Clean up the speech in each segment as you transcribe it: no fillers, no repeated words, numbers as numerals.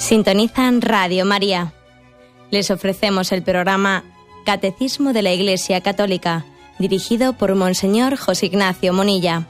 Sintonizan Radio María. Les ofrecemos el programa Catecismo de la Iglesia Católica, dirigido por Monseñor José Ignacio Munilla.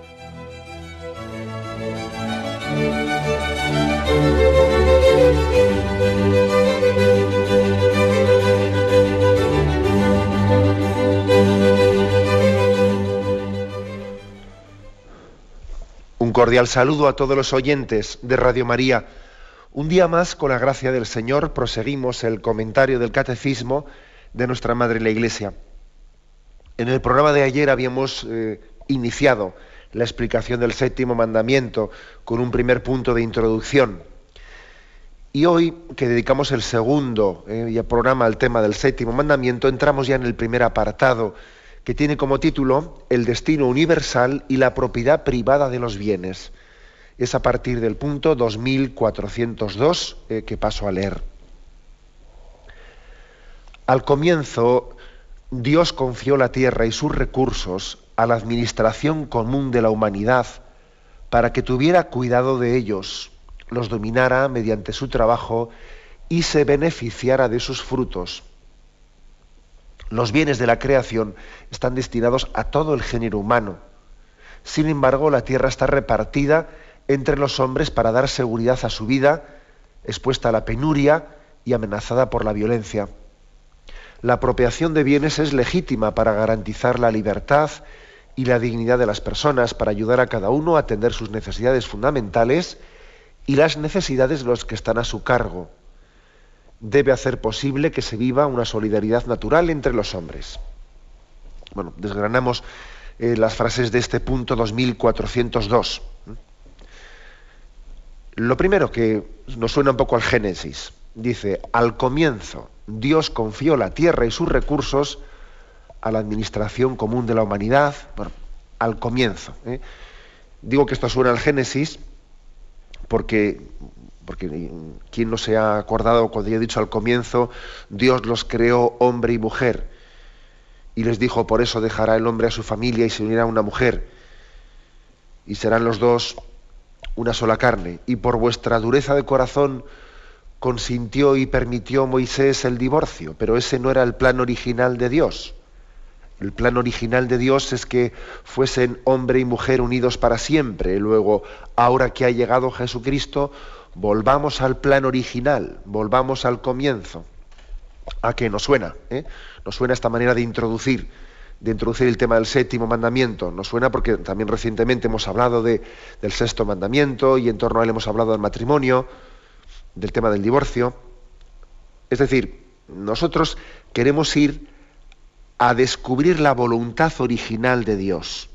Un cordial saludo a todos los oyentes de Radio María. Un día más, con la gracia del Señor, proseguimos el comentario del Catecismo de nuestra Madre la Iglesia. En el programa de ayer habíamos iniciado la explicación del séptimo mandamiento con un primer punto de introducción. Y hoy, que dedicamos el segundo programa al tema del séptimo mandamiento, entramos ya en el primer apartado, que tiene como título El destino universal y la propiedad privada de los bienes. Es a partir del punto 2402 que paso a leer. Al comienzo, Dios confió la tierra y sus recursos a la administración común de la humanidad para que tuviera cuidado de ellos, los dominara mediante su trabajo y se beneficiara de sus frutos. Los bienes de la creación están destinados a todo el género humano. Sin embargo, la tierra está repartida entre los hombres para dar seguridad a su vida, expuesta a la penuria y amenazada por la violencia. La apropiación de bienes es legítima para garantizar la libertad y la dignidad de las personas, para ayudar a cada uno a atender sus necesidades fundamentales y las necesidades de los que están a su cargo. Debe hacer posible que se viva una solidaridad natural entre los hombres. Bueno, desgranamos las frases de este punto 2402. Lo primero que nos suena un poco al Génesis. Dice, al comienzo Dios confió la tierra y sus recursos a la administración común de la humanidad. Bueno, al comienzo. Digo que esto suena al Génesis porque ¿quién no se ha acordado cuando yo he dicho al comienzo, Dios los creó hombre y mujer? Y les dijo, por eso dejará el hombre a su familia y se unirá a una mujer, y serán los dos una sola carne. Y por vuestra dureza de corazón consintió y permitió Moisés el divorcio, pero ese no era el plan original de Dios. El plan original de Dios es que fuesen hombre y mujer unidos para siempre. Luego, ahora que ha llegado Jesucristo, volvamos al plan original, volvamos al comienzo. ¿A qué nos suena? Nos suena esta manera de introducir el tema del séptimo mandamiento. Nos suena porque también recientemente hemos hablado del sexto mandamiento y en torno a él hemos hablado del matrimonio, del tema del divorcio. Es decir, nosotros queremos ir a descubrir la voluntad original de Dios.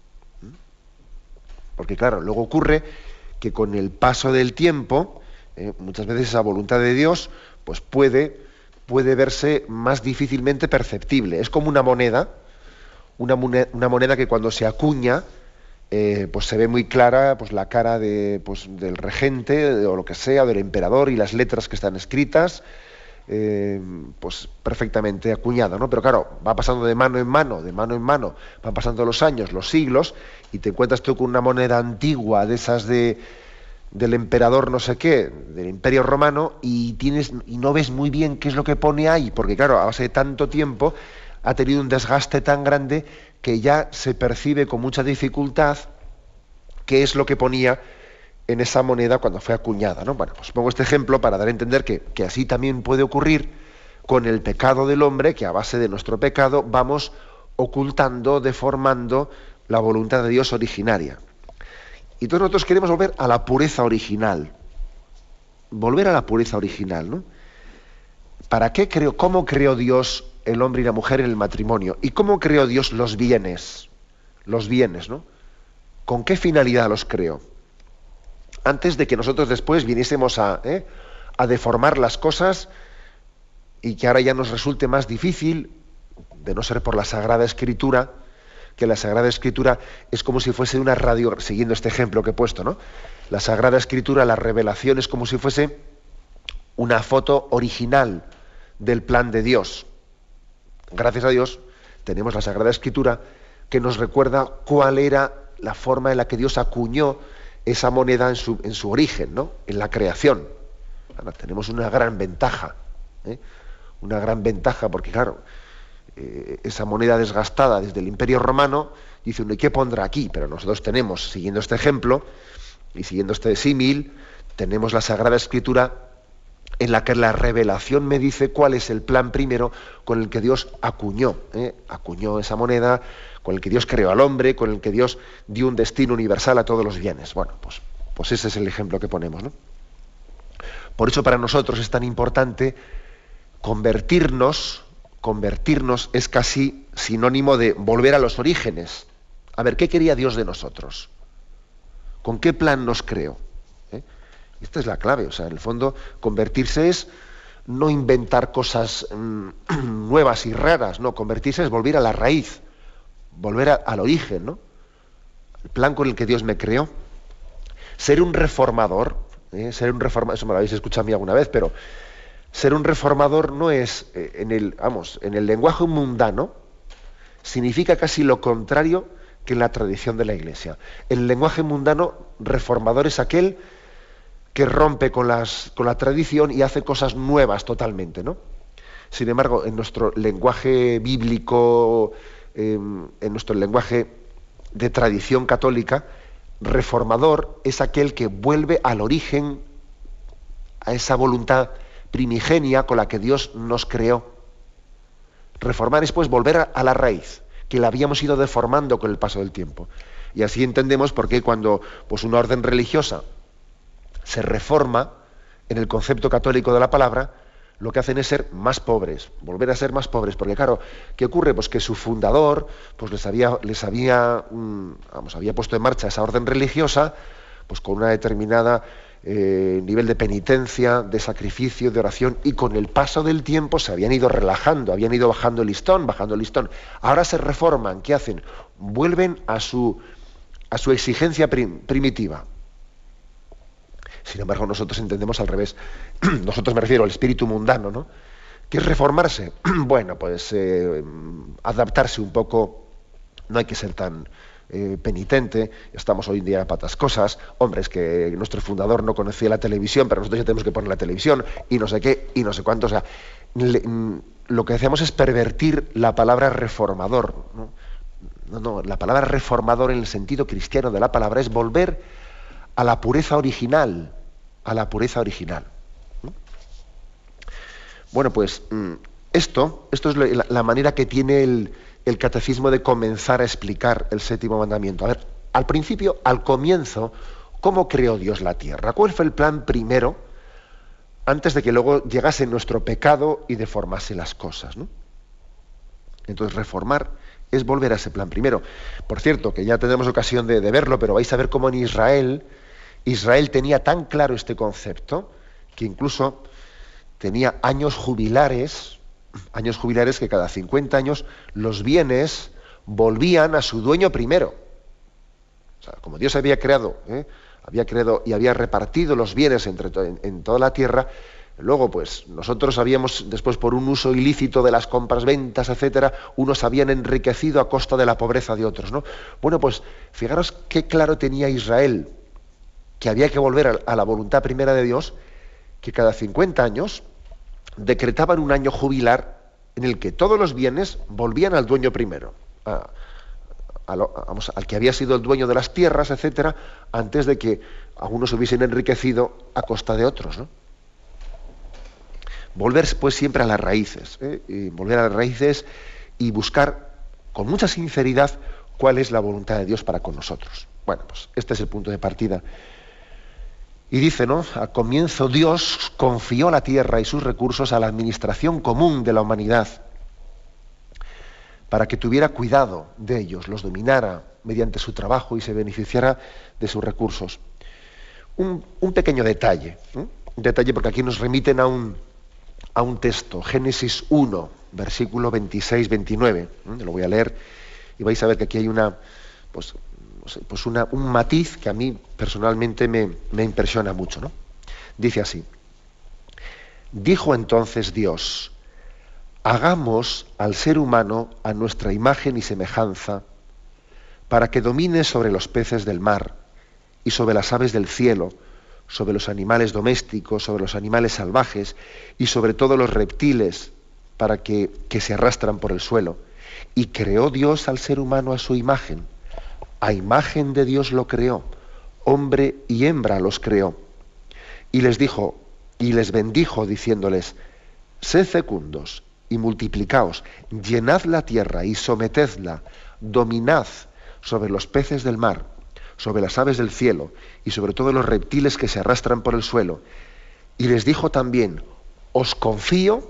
Porque claro, luego ocurre que con el paso del tiempo, muchas veces esa voluntad de Dios pues puede verse más difícilmente perceptible. Es como una moneda que cuando se acuña, pues se ve muy clara pues la cara del regente o lo que sea, del emperador, y las letras que están escritas, pues perfectamente acuñada, ¿no? Pero claro, va pasando de mano en mano, van pasando los años, los siglos, y te encuentras tú con una moneda antigua de esas del emperador no sé qué, del Imperio Romano, y no ves muy bien qué es lo que pone ahí, porque claro, a base de tanto tiempo ha tenido un desgaste tan grande que ya se percibe con mucha dificultad qué es lo que ponía en esa moneda cuando fue acuñada, ¿no? Bueno, pues pongo este ejemplo para dar a entender que así también puede ocurrir con el pecado del hombre, que a base de nuestro pecado vamos ocultando, deformando la voluntad de Dios originaria. Y todos nosotros queremos volver a la pureza original. Volver a la pureza original, ¿no? ¿Para qué cómo creó Dios el hombre y la mujer en el matrimonio? ¿Y cómo creó Dios los bienes? Los bienes, ¿no? ¿Con qué finalidad los creó? Antes de que nosotros después viniésemos a deformar las cosas y que ahora ya nos resulte más difícil, de no ser por la Sagrada Escritura, que la Sagrada Escritura es como si fuese una radio, siguiendo este ejemplo que he puesto, ¿no? La Sagrada Escritura, la revelación, es como si fuese una foto original del plan de Dios. Gracias a Dios tenemos la Sagrada Escritura que nos recuerda cuál era la forma en la que Dios acuñó esa moneda en su origen, ¿no? En la creación. Ahora, tenemos una gran ventaja, una gran ventaja, porque claro, esa moneda desgastada desde el Imperio Romano, dice uno, ¿y qué pondrá aquí? Pero nosotros tenemos, siguiendo este ejemplo y siguiendo este símil, tenemos la Sagrada Escritura en la que la revelación me dice cuál es el plan primero con el que Dios acuñó esa moneda, con el que Dios creó al hombre, con el que Dios dio un destino universal a todos los bienes. Bueno, pues ese es el ejemplo que ponemos, ¿no? Por eso para nosotros es tan importante convertirnos es casi sinónimo de volver a los orígenes. A ver, ¿qué quería Dios de nosotros? ¿Con qué plan nos creó? Esta es la clave, o sea, en el fondo, convertirse es no inventar cosas nuevas y raras, no, convertirse es volver a la raíz, volver al origen, ¿no? El plan con el que Dios me creó. Ser un reformador, eso me lo habéis escuchado a mí alguna vez, pero ser un reformador no es, en el lenguaje mundano, significa casi lo contrario que en la tradición de la Iglesia. En el lenguaje mundano, reformador es aquel que rompe con la tradición y hace cosas nuevas totalmente, ¿no? Sin embargo, en nuestro lenguaje bíblico, en nuestro lenguaje de tradición católica, reformador es aquel que vuelve al origen, a esa voluntad primigenia con la que Dios nos creó. Reformar es pues volver a la raíz, que la habíamos ido deformando con el paso del tiempo. Y así entendemos por qué cuando pues, una orden religiosa se reforma en el concepto católico de la palabra, lo que hacen es ser más pobres, volver a ser más pobres, porque claro, ¿qué ocurre? Pues que su fundador pues había puesto en marcha esa orden religiosa pues con una determinada nivel de penitencia, de sacrificio, de oración, y con el paso del tiempo se habían ido relajando, habían ido bajando el listón. Ahora se reforman, ¿qué hacen? Vuelven a su exigencia primitiva. Sin embargo, nosotros entendemos al revés. Nosotros me refiero al espíritu mundano, ¿no? ¿Qué es reformarse? Bueno, pues adaptarse un poco, no hay que ser tan penitente, estamos hoy en día para otras cosas. Hombre, es que nuestro fundador no conocía la televisión, pero nosotros ya tenemos que poner la televisión, y no sé qué, y no sé cuánto. O sea, lo que hacemos es pervertir la palabra reformador, ¿no? No, la palabra reformador en el sentido cristiano de la palabra es volver a la pureza original, ¿no? Bueno, pues esto es la manera que tiene el catecismo de comenzar a explicar el séptimo mandamiento. A ver, al principio, al comienzo, ¿cómo creó Dios la tierra? ¿Cuál fue el plan primero antes de que luego llegase nuestro pecado y deformase las cosas, ¿no? Entonces, reformar es volver a ese plan primero. Por cierto, que ya tendremos ocasión de verlo, pero vais a ver cómo en Israel tenía tan claro este concepto que incluso tenía años jubilares que cada 50 años los bienes volvían a su dueño primero. O sea, como Dios había creado y había repartido los bienes en toda la tierra, luego pues nosotros habíamos, después por un uso ilícito de las compras, ventas, etcétera, unos habían enriquecido a costa de la pobreza de otros, ¿no? Bueno, pues fijaros qué claro tenía Israel, que había que volver a la voluntad primera de Dios, que cada 50 años decretaban un año jubilar en el que todos los bienes volvían al dueño primero, al que había sido el dueño de las tierras, etcétera, antes de que algunos hubiesen enriquecido a costa de otros, ¿no? Volver pues siempre a las raíces, y volver a las raíces y buscar con mucha sinceridad cuál es la voluntad de Dios para con nosotros. Bueno, pues este es el punto de partida. Y dice, ¿no? Al comienzo Dios confió la tierra y sus recursos a la administración común de la humanidad para que tuviera cuidado de ellos, los dominara mediante su trabajo y se beneficiara de sus recursos. Un pequeño detalle, un detalle porque aquí nos remiten a un texto, Génesis 1, versículo 26-29. Lo voy a leer y vais a ver que aquí hay un matiz que a mí personalmente me impresiona mucho, ¿no? Dice así: dijo entonces Dios, hagamos al ser humano a nuestra imagen y semejanza, para que domine sobre los peces del mar y sobre las aves del cielo, sobre los animales domésticos, sobre los animales salvajes y sobre todo los reptiles para que se arrastran por el suelo. Y creó Dios al ser humano a su imagen. A imagen de Dios lo creó, hombre y hembra los creó. Y les dijo, y les bendijo diciéndoles: sed fecundos y multiplicaos, llenad la tierra y sometedla, dominad sobre los peces del mar, sobre las aves del cielo y sobre todos los reptiles que se arrastran por el suelo. Y les dijo también: os confío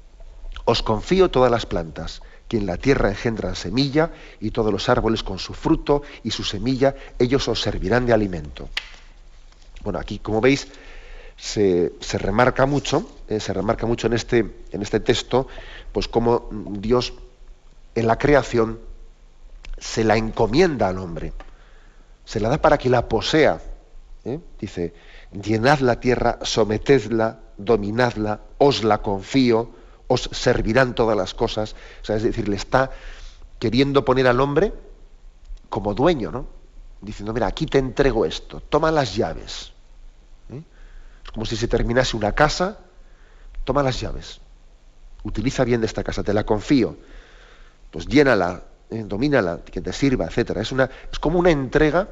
todas las plantas, que en la tierra engendran semilla, y todos los árboles con su fruto y su semilla, ellos os servirán de alimento. Bueno, aquí, como veis, se remarca mucho en este texto, pues cómo Dios en la creación se la encomienda al hombre, se la da para que la posea. Dice: llenad la tierra, sometedla, dominadla, os la confío, os servirán todas las cosas. O sea, es decir, le está queriendo poner al hombre como dueño, ¿no? Diciendo: mira, aquí te entrego esto, toma las llaves. Es como si se terminase una casa, toma las llaves, utiliza bien de esta casa, te la confío, pues llénala, domínala, que te sirva, etcétera. Es como una entrega,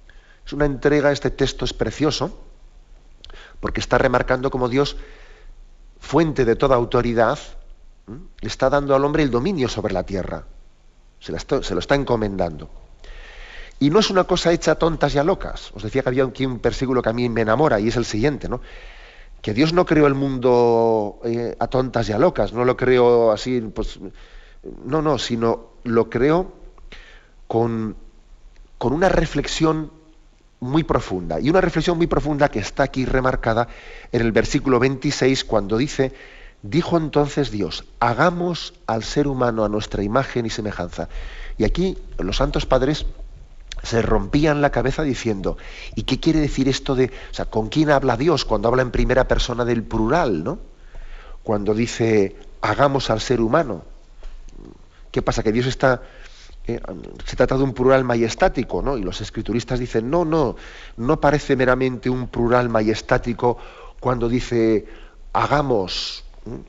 este texto es precioso, porque está remarcando cómo Dios, fuente de toda autoridad, le está dando al hombre el dominio sobre la tierra, se lo está encomendando. Y no es una cosa hecha a tontas y a locas. Os decía que había aquí un versículo que a mí me enamora, y es el siguiente, ¿no? Que Dios no creó el mundo a tontas y a locas, no lo creó así, pues, no, sino lo creó con una reflexión muy profunda, y una reflexión muy profunda que está aquí remarcada en el versículo 26, cuando dice: dijo entonces Dios: hagamos al ser humano a nuestra imagen y semejanza. Y aquí los santos padres se rompían la cabeza diciendo: ¿y qué quiere decir esto de, o sea, con quién habla Dios cuando habla en primera persona del plural, ¿no? Cuando dice hagamos al ser humano, ¿qué pasa? Que Dios está, se trata de un plural majestático, ¿no? Y los escrituristas dicen: no parece meramente un plural majestático cuando dice hagamos.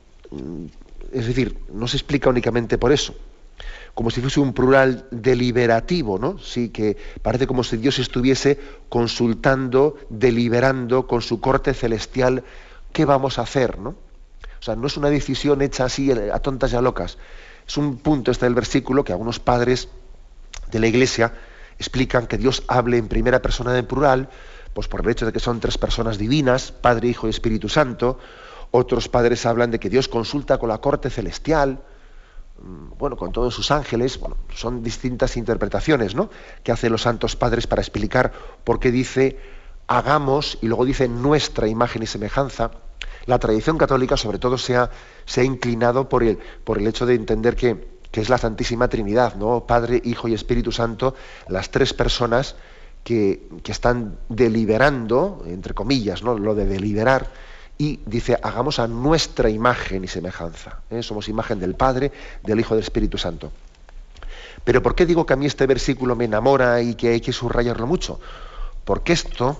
Es decir, no se explica únicamente por eso, como si fuese un plural deliberativo, ¿no? Sí, que parece como si Dios estuviese consultando, deliberando con su corte celestial qué vamos a hacer, ¿no? O sea, no es una decisión hecha así a tontas y a locas. Es un punto este del versículo que algunos padres de la Iglesia explican que Dios hable en primera persona del plural, pues por el hecho de que son tres personas divinas, Padre, Hijo y Espíritu Santo. Otros padres hablan de que Dios consulta con la corte celestial, bueno, con todos sus ángeles. Bueno, son distintas interpretaciones, ¿no?, que hacen los santos padres para explicar por qué dice hagamos y luego dice nuestra imagen y semejanza. La tradición católica, sobre todo, se ha inclinado por el hecho de entender que es la Santísima Trinidad, ¿no?, Padre, Hijo y Espíritu Santo, las tres personas que están deliberando, entre comillas, ¿no?, lo de deliberar. Y dice hagamos a nuestra imagen y semejanza. Somos imagen del Padre, del Hijo y del Espíritu Santo. Pero ¿por qué digo que a mí este versículo me enamora y que hay que subrayarlo mucho? Porque esto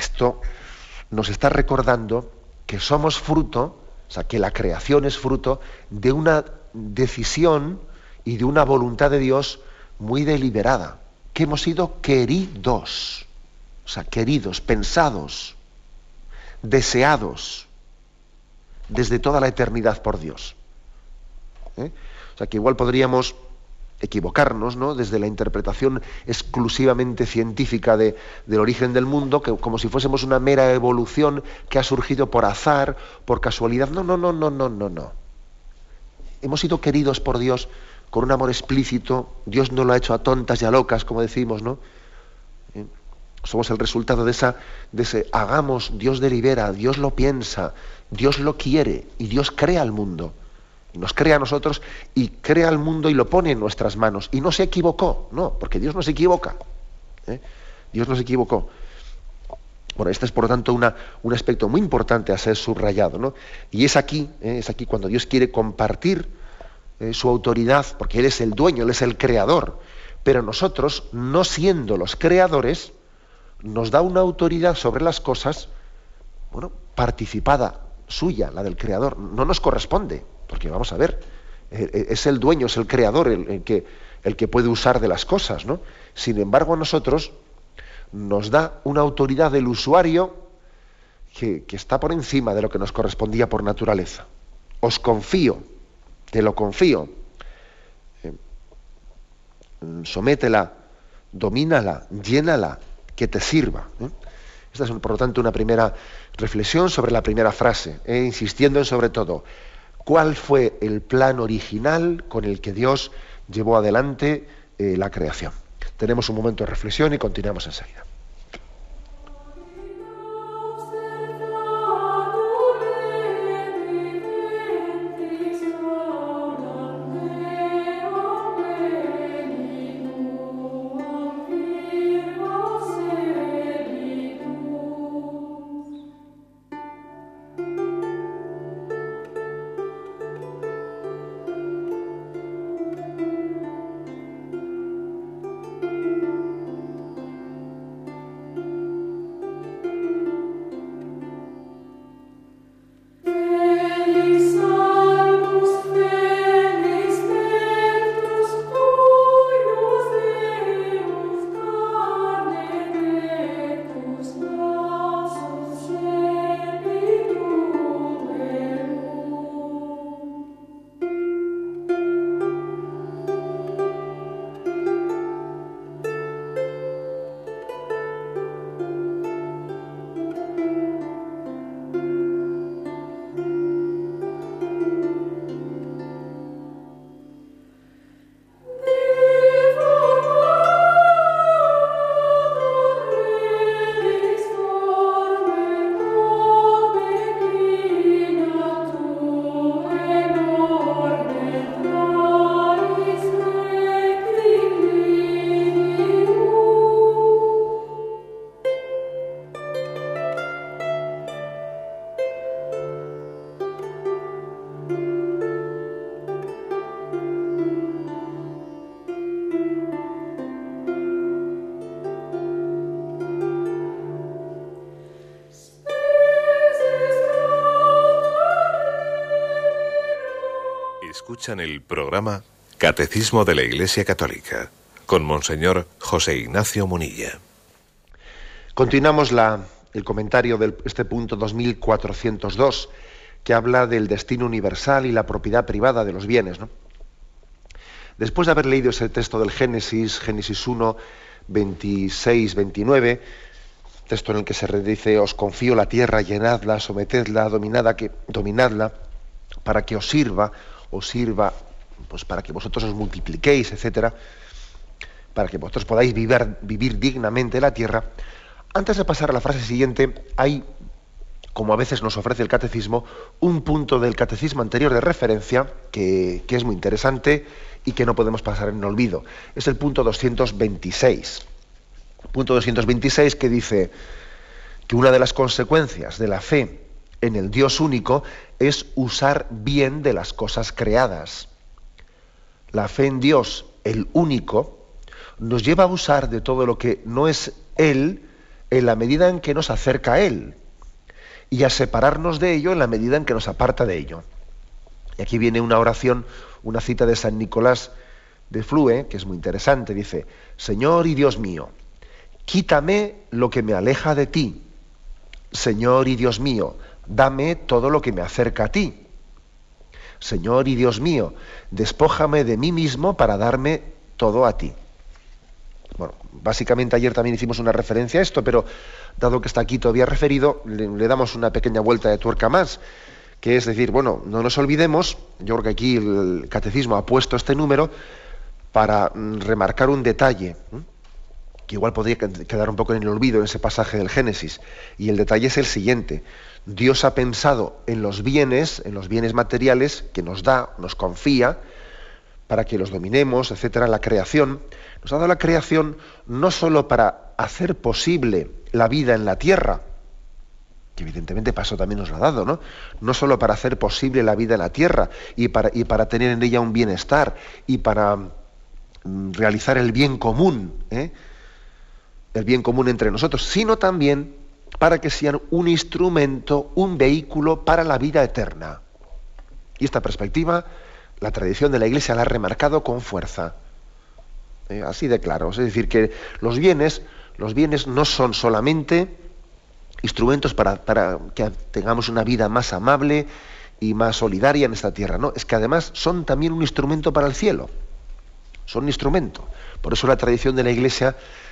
nos está recordando que somos fruto, o sea, que la creación es fruto de una decisión y de una voluntad de Dios muy deliberada, que hemos sido queridos, o sea, queridos, pensados, deseados desde toda la eternidad por Dios. O sea, que igual podríamos equivocarnos, ¿no?, desde la interpretación exclusivamente científica del origen del mundo, que como si fuésemos una mera evolución que ha surgido por azar, por casualidad. No. Hemos sido queridos por Dios con un amor explícito. Dios no lo ha hecho a tontas y a locas, como decimos, ¿no? Somos el resultado de ese hagamos. Dios delibera, Dios lo piensa, Dios lo quiere, y Dios crea el mundo. Y nos crea a nosotros y crea el mundo y lo pone en nuestras manos. Y no se equivocó, no, porque Dios no se equivoca. Dios no se equivocó. Bueno, este es por lo tanto un aspecto muy importante a ser subrayado, ¿no? Y es aquí cuando Dios quiere compartir su autoridad, porque Él es el dueño, Él es el creador. Pero nosotros, no siendo los creadores, nos da una autoridad sobre las cosas bueno, participada suya, la del Creador. No nos corresponde, porque vamos a ver, es el dueño, es el Creador el que puede usar de las cosas, ¿no? Sin embargo, a nosotros nos da una autoridad del usuario que está por encima de lo que nos correspondía por naturaleza. Os confío, te lo confío. Sométela, domínala, llénala, que te sirva. Esta es, por lo tanto, una primera reflexión sobre la primera frase, insistiendo en, sobre todo, cuál fue el plan original con el que Dios llevó adelante la creación. Tenemos un momento de reflexión y continuamos enseguida. Escuchan el programa Catecismo de la Iglesia Católica con Monseñor José Ignacio Munilla. Continuamos el comentario de este punto 2402, que habla del destino universal y la propiedad privada de los bienes, ¿no? Después de haber leído ese texto del Génesis 1, 26, 29, texto en el que se dice: os confío la tierra, llenadla, sometedla, dominadla, para que os sirva, pues para que vosotros os multipliquéis, etcétera, para que vosotros podáis vivir dignamente la tierra. Antes de pasar a la frase siguiente, hay, como a veces nos ofrece el catecismo, un punto del catecismo anterior de referencia que es muy interesante y que no podemos pasar en olvido. Es el punto 226. Punto 226, que dice que una de las consecuencias de la fe en el Dios único es usar bien de las cosas creadas. La fe en Dios, el único, nos lleva a usar de todo lo que no es Él en la medida en que nos acerca a Él, y a separarnos de ello en la medida en que nos aparta de ello. Y aquí viene una oración, una cita de San Nicolás de Flue, que es muy interesante. Dice: Señor y Dios mío, quítame lo que me aleja de ti. Señor y Dios mío, dame todo lo que me acerca a ti. Señor y Dios mío, despójame de mí mismo para darme todo a ti. Bueno, básicamente ayer también hicimos una referencia a esto, pero dado que está aquí todavía referido, le damos una pequeña vuelta de tuerca más, que es decir, bueno, no nos olvidemos, yo creo que aquí el catecismo ha puesto este número para remarcar un detalle, que igual podría quedar un poco en el olvido en ese pasaje del Génesis, y el detalle es el siguiente: Dios ha pensado en los bienes materiales que nos da, nos confía, para que los dominemos, etcétera. La creación, nos ha dado la creación no solo para hacer posible la vida en la tierra, que evidentemente para eso también nos lo ha dado, ¿no? No solo para hacer posible la vida en la tierra y para tener en ella un bienestar y para realizar el bien común, el bien común entre nosotros, sino también para que sean un instrumento, un vehículo para la vida eterna. Y esta perspectiva, la tradición de la Iglesia la ha remarcado con fuerza. Así de claro. Es decir, que los bienes no son solamente instrumentos para que tengamos una vida más amable y más solidaria en esta tierra, no, es que además son también un instrumento para el cielo. Son un instrumento. Por eso la tradición de la Iglesia,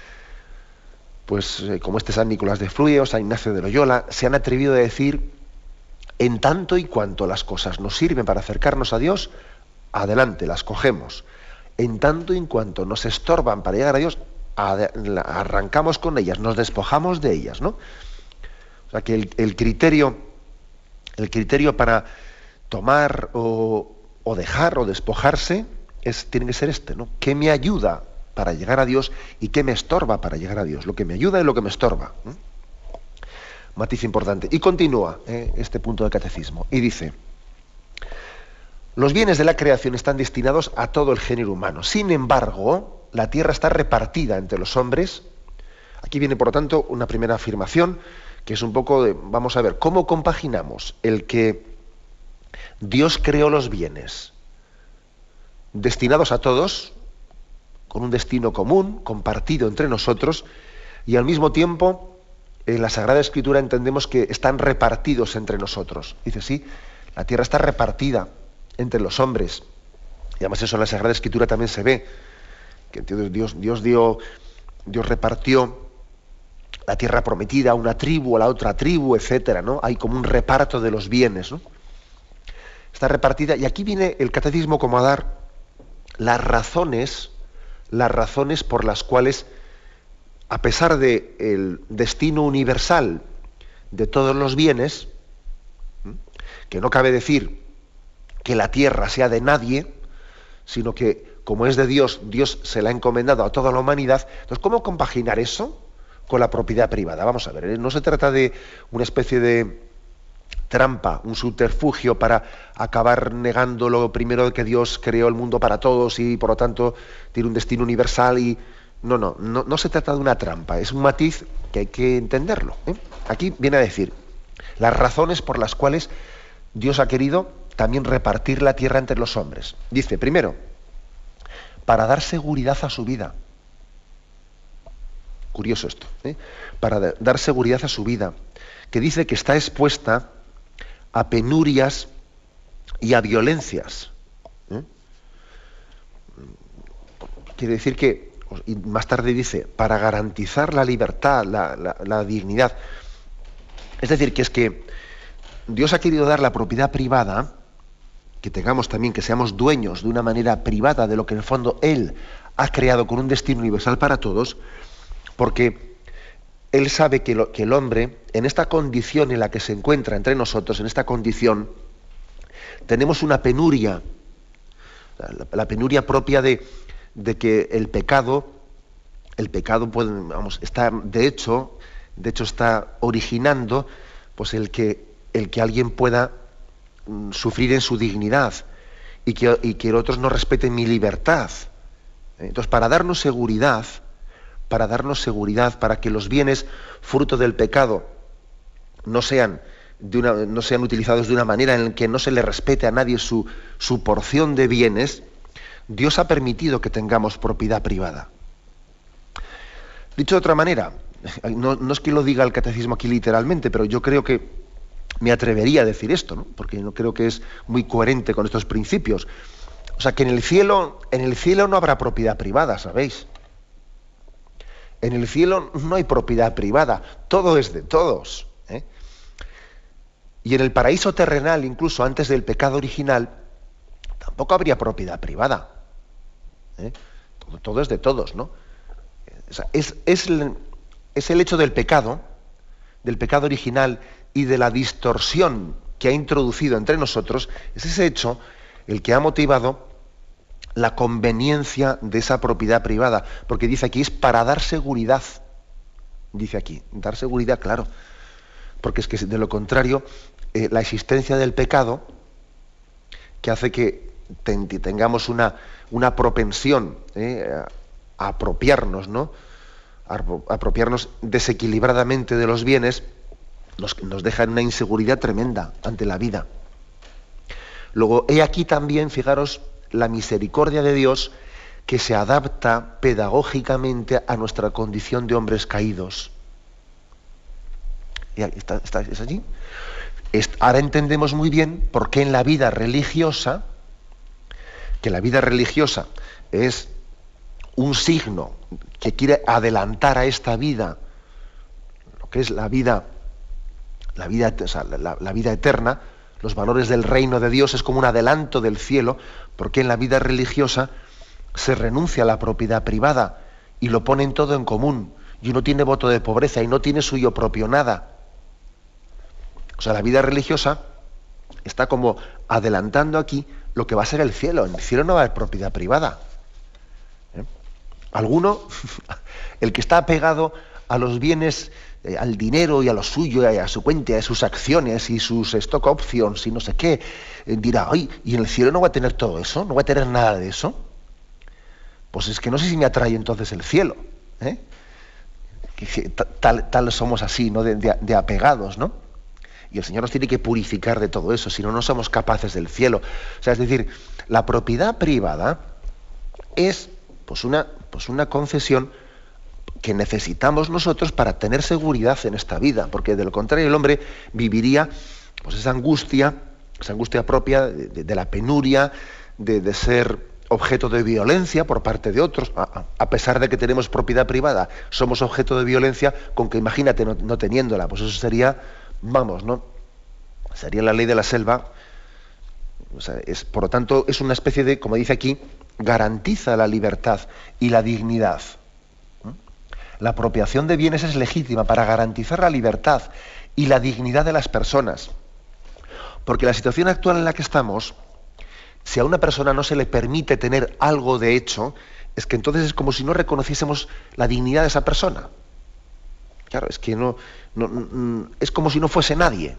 pues como San Nicolás de Fluvius, San Ignacio de Loyola, se han atrevido a decir: en tanto y cuanto las cosas nos sirven para acercarnos a Dios, adelante, las cogemos. En tanto y cuanto nos estorban para llegar a Dios, arrancamos con ellas, nos despojamos de ellas, ¿no? O sea que el criterio para tomar o dejar o despojarse tiene que ser este, ¿no? ¿Qué me ayuda para llegar a Dios y qué me estorba para llegar a Dios? Lo que me ayuda y lo que me estorba. Matiz importante. Y continúa este punto del catecismo. Y dice: los bienes de la creación están destinados a todo el género humano. Sin embargo, la tierra está repartida entre los hombres. Aquí viene, por lo tanto, una primera afirmación, que es un poco de, vamos a ver, ¿cómo compaginamos el que Dios creó los bienes destinados a todos, con un destino común, compartido entre nosotros, y al mismo tiempo en la Sagrada Escritura entendemos que están repartidos entre nosotros? Dice, sí, la tierra está repartida entre los hombres, y además eso en la Sagrada Escritura también se ve, que Dios repartió la tierra prometida a una tribu, a la otra tribu, etcétera, ¿no? Hay como un reparto de los bienes, ¿no? Está repartida, y aquí viene el catecismo como a dar las razones por las cuales, a pesar del destino universal de todos los bienes, que no cabe decir que la tierra sea de nadie, sino que como es de Dios, Dios se la ha encomendado a toda la humanidad. Entonces, ¿cómo compaginar eso con la propiedad privada? Vamos a ver, no se trata de una especie de trampa, un subterfugio para acabar negando lo primero de que Dios creó el mundo para todos y por lo tanto tiene un destino universal y... No se trata de una trampa, es un matiz que hay que entenderlo. Aquí viene a decir las razones por las cuales Dios ha querido también repartir la tierra entre los hombres. Dice, primero, para dar seguridad a su vida. Curioso esto, para dar seguridad a su vida, que dice que está expuesta a penurias y a violencias. Quiere decir que, y más tarde dice, para garantizar la libertad, la dignidad. Es decir, que es que Dios ha querido dar la propiedad privada, que tengamos también, que seamos dueños de una manera privada de lo que en el fondo Él ha creado con un destino universal para todos, porque Él sabe que el hombre, en esta condición en la que se encuentra entre nosotros, en esta condición, tenemos una penuria, la penuria propia de que el pecado puede, está, de hecho está originando pues el que alguien pueda sufrir en su dignidad y que otros no respeten mi libertad. Entonces, para darnos seguridad, para que los bienes fruto del pecado no sean utilizados de una manera en la que no se le respete a nadie su porción de bienes, Dios ha permitido que tengamos propiedad privada. Dicho de otra manera, no es que lo diga el catecismo aquí literalmente, pero yo creo que me atrevería a decir esto, ¿no? Porque no creo que es muy coherente con estos principios. O sea, que en el cielo no habrá propiedad privada, ¿sabéis? En el cielo no hay propiedad privada, todo es de todos. Y en el paraíso terrenal, incluso antes del pecado original, tampoco habría propiedad privada. Todo es de todos, ¿no? O sea, es el hecho del pecado original y de la distorsión que ha introducido entre nosotros, es ese hecho el que ha motivado la conveniencia de esa propiedad privada, porque dice aquí es para dar seguridad. Dice aquí, dar seguridad, claro, porque es que de lo contrario, la existencia del pecado, que hace que tengamos una propensión a apropiarnos, ¿no?, apropiarnos desequilibradamente de los bienes, nos deja en una inseguridad tremenda ante la vida. Luego, he aquí también, fijaros, la misericordia de Dios que se adapta pedagógicamente a nuestra condición de hombres caídos. ¿Es allí? Ahora entendemos muy bien por qué en la vida religiosa, que la vida religiosa es un signo que quiere adelantar a esta vida, lo que es la vida eterna, los valores del reino de Dios, es como un adelanto del cielo, porque en la vida religiosa se renuncia a la propiedad privada y lo ponen todo en común, y uno tiene voto de pobreza y no tiene suyo propio nada. O sea, la vida religiosa está como adelantando aquí lo que va a ser el cielo. En el cielo no va a haber propiedad privada. Alguno, el que está apegado a los bienes, al dinero y a lo suyo, y a su cuenta, a sus acciones y sus stock options y no sé qué, dirá, ay, ¿y en el cielo no voy a tener todo eso? ¿No voy a tener nada de eso? Pues es que no sé si me atrae entonces el cielo. Tal somos así, ¿no? De apegados, ¿no? Y el Señor nos tiene que purificar de todo eso, si no, no somos capaces del cielo. O sea, es decir, la propiedad privada es pues una concesión que necesitamos nosotros para tener seguridad en esta vida, porque de lo contrario el hombre viviría pues esa angustia propia de la penuria, de ser objeto de violencia por parte de otros. A pesar de que tenemos propiedad privada, somos objeto de violencia, con que imagínate no teniéndola, pues eso sería, sería la ley de la selva. O sea, por lo tanto, es una especie de, como dice aquí, garantiza la libertad y la dignidad. La apropiación de bienes es legítima para garantizar la libertad y la dignidad de las personas. Porque la situación actual en la que estamos, si a una persona no se le permite tener algo de hecho, es que entonces es como si no reconociésemos la dignidad de esa persona. Claro, es que no es como si no fuese nadie.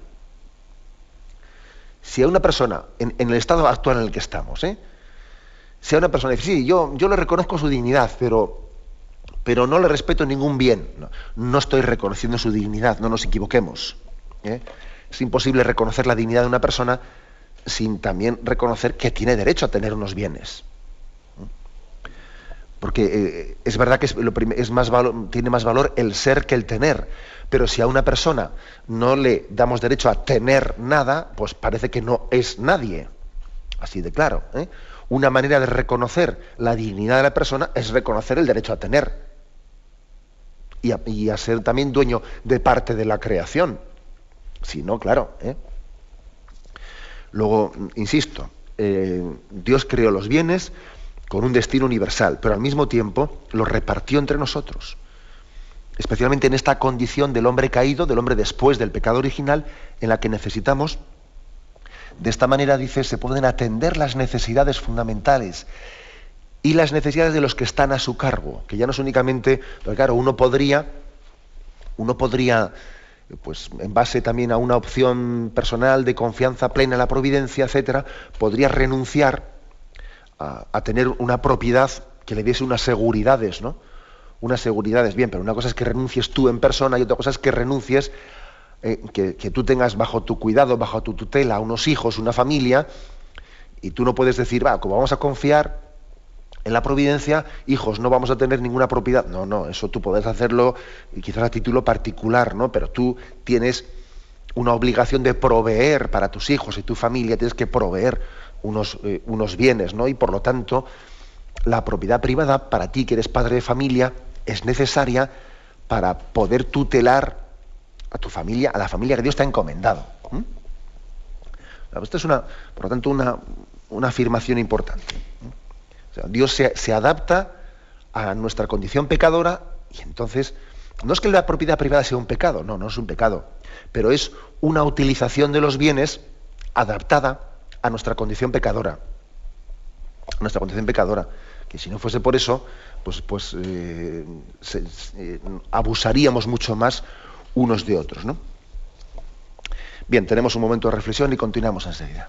Si a una persona, en el estado actual en el que estamos, si a una persona dice, sí, yo le reconozco su dignidad, pero no le respeto ningún bien, no estoy reconociendo su dignidad, no nos equivoquemos. Es imposible reconocer la dignidad de una persona sin también reconocer que tiene derecho a tener unos bienes. Porque es verdad que tiene más valor el ser que el tener, pero si a una persona no le damos derecho a tener nada, pues parece que no es nadie. Así de claro. Una manera de reconocer la dignidad de la persona es reconocer el derecho a tener y a ser también dueño de parte de la creación. Si no, claro. Luego, insisto, Dios creó los bienes con un destino universal, pero al mismo tiempo los repartió entre nosotros. Especialmente en esta condición del hombre caído, del hombre después del pecado original, en la que necesitamos, de esta manera, dice, se pueden atender las necesidades fundamentales y las necesidades de los que están a su cargo, que ya no es únicamente, porque claro, uno podría, pues en base también a una opción personal de confianza plena en la providencia, etcétera, podría renunciar a tener una propiedad que le diese unas seguridades, ¿no? Unas seguridades, bien, pero una cosa es que renuncies tú en persona y otra cosa es que renuncies, que tú tengas bajo tu cuidado, bajo tu tutela, unos hijos, una familia, y tú no puedes decir, como vamos a confiar en la providencia, hijos, no vamos a tener ninguna propiedad. No, eso tú puedes hacerlo quizás a título particular, ¿no? Pero tú tienes una obligación de proveer para tus hijos y tu familia, tienes que proveer unos bienes, ¿no? Y por lo tanto, la propiedad privada, para ti que eres padre de familia, es necesaria para poder tutelar a tu familia, a la familia que Dios te ha encomendado. Esta es por lo tanto, una afirmación importante. O sea, Dios se adapta a nuestra condición pecadora y entonces, no es que la propiedad privada sea un pecado, no es un pecado, pero es una utilización de los bienes adaptada a nuestra condición pecadora. Nuestra condición pecadora, que si no fuese por eso, pues abusaríamos mucho más unos de otros, ¿no? Bien, tenemos un momento de reflexión y continuamos enseguida.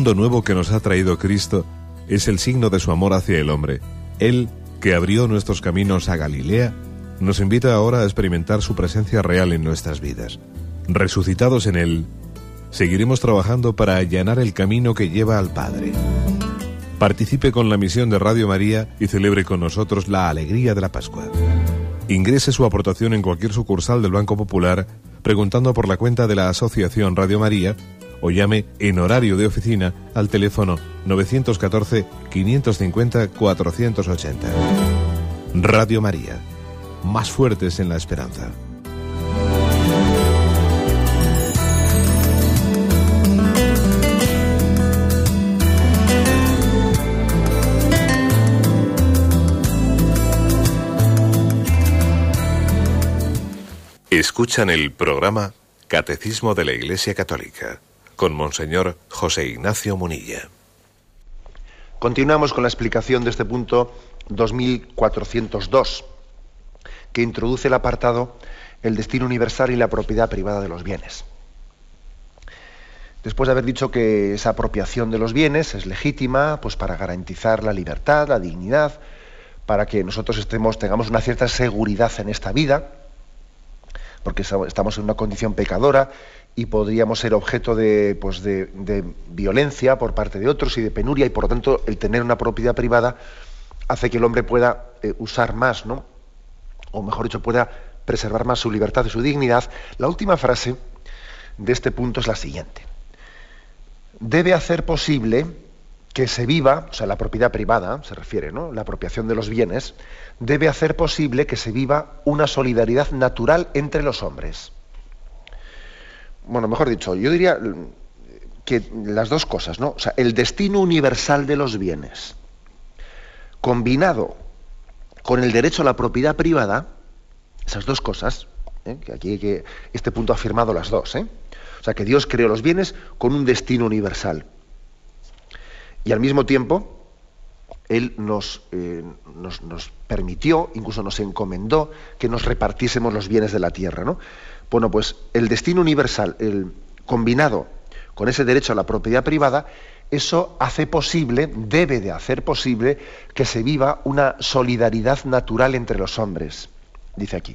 mundo nuevo que nos ha traído Cristo es el signo de su amor hacia el hombre. Él, que abrió nuestros caminos a Galilea, nos invita ahora a experimentar su presencia real en nuestras vidas. Resucitados en Él, seguiremos trabajando para allanar el camino que lleva al Padre. Participe con la misión de Radio María y celebre con nosotros la alegría de la Pascua. Ingrese su aportación en cualquier sucursal del Banco Popular preguntando por la cuenta de la Asociación Radio María o llame en horario de oficina al teléfono 914-550-480. Radio María, más fuertes en la esperanza. Escuchan el programa Catecismo de la Iglesia Católica con Monseñor José Ignacio Munilla. Continuamos con la explicación de este punto 2402, que introduce el apartado el destino universal y la propiedad privada de los bienes. Después de haber dicho que esa apropiación de los bienes es legítima, pues para garantizar la libertad, la dignidad, para que nosotros tengamos una cierta seguridad en esta vida, porque estamos en una condición pecadora y podríamos ser objeto de violencia por parte de otros y de penuria, y por lo tanto el tener una propiedad privada hace que el hombre pueda usar más, ¿no? O mejor dicho, pueda preservar más su libertad y su dignidad. La última frase de este punto es la siguiente: debe hacer posible que se viva, o sea, la propiedad privada, se refiere, ¿no? La apropiación de los bienes, debe hacer posible que se viva una solidaridad natural entre los hombres. Bueno, mejor dicho, yo diría que las dos cosas, ¿no? O sea, el destino universal de los bienes, combinado con el derecho a la propiedad privada, esas dos cosas, que aquí este punto ha afirmado las dos, o sea, que Dios creó los bienes con un destino universal. Y al mismo tiempo, Él nos permitió, incluso nos encomendó, que nos repartiésemos los bienes de la tierra, ¿no? Bueno, pues el destino universal, combinado con ese derecho a la propiedad privada, eso hace posible, debe de hacer posible, que se viva una solidaridad natural entre los hombres, dice aquí.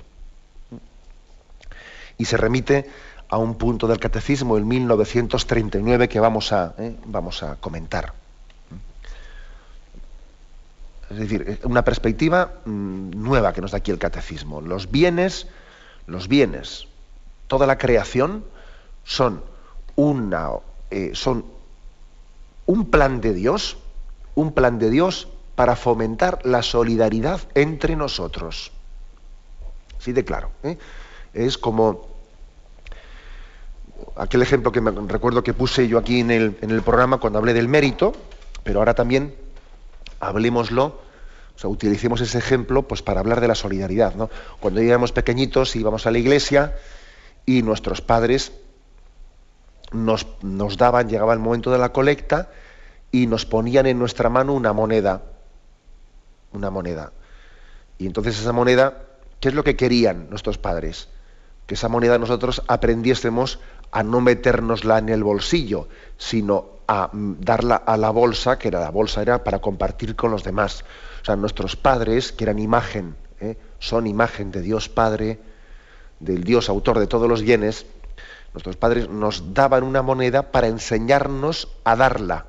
Y se remite a un punto del Catecismo, el 1939, que vamos a comentar. Es decir, una perspectiva nueva que nos da aquí el Catecismo. Los bienes, toda la creación son un plan de Dios para fomentar la solidaridad entre nosotros. Así de claro. Es como aquel ejemplo que me recuerdo que puse yo aquí en el programa cuando hablé del mérito, pero ahora también hablemoslo, o sea, utilicemos ese ejemplo pues para hablar de la solidaridad, ¿no? Cuando éramos pequeñitos íbamos a la iglesia y nuestros padres nos daban, llegaba el momento de la colecta y nos ponían en nuestra mano una moneda. Y entonces esa moneda, ¿qué es lo que querían nuestros padres? Que esa moneda nosotros aprendiésemos a no metérnosla en el bolsillo, sino a darla a la bolsa, que la bolsa era para compartir con los demás. O sea, nuestros padres, que eran imagen, son imagen de Dios Padre, del Dios autor de todos los bienes, nuestros padres nos daban una moneda para enseñarnos a darla.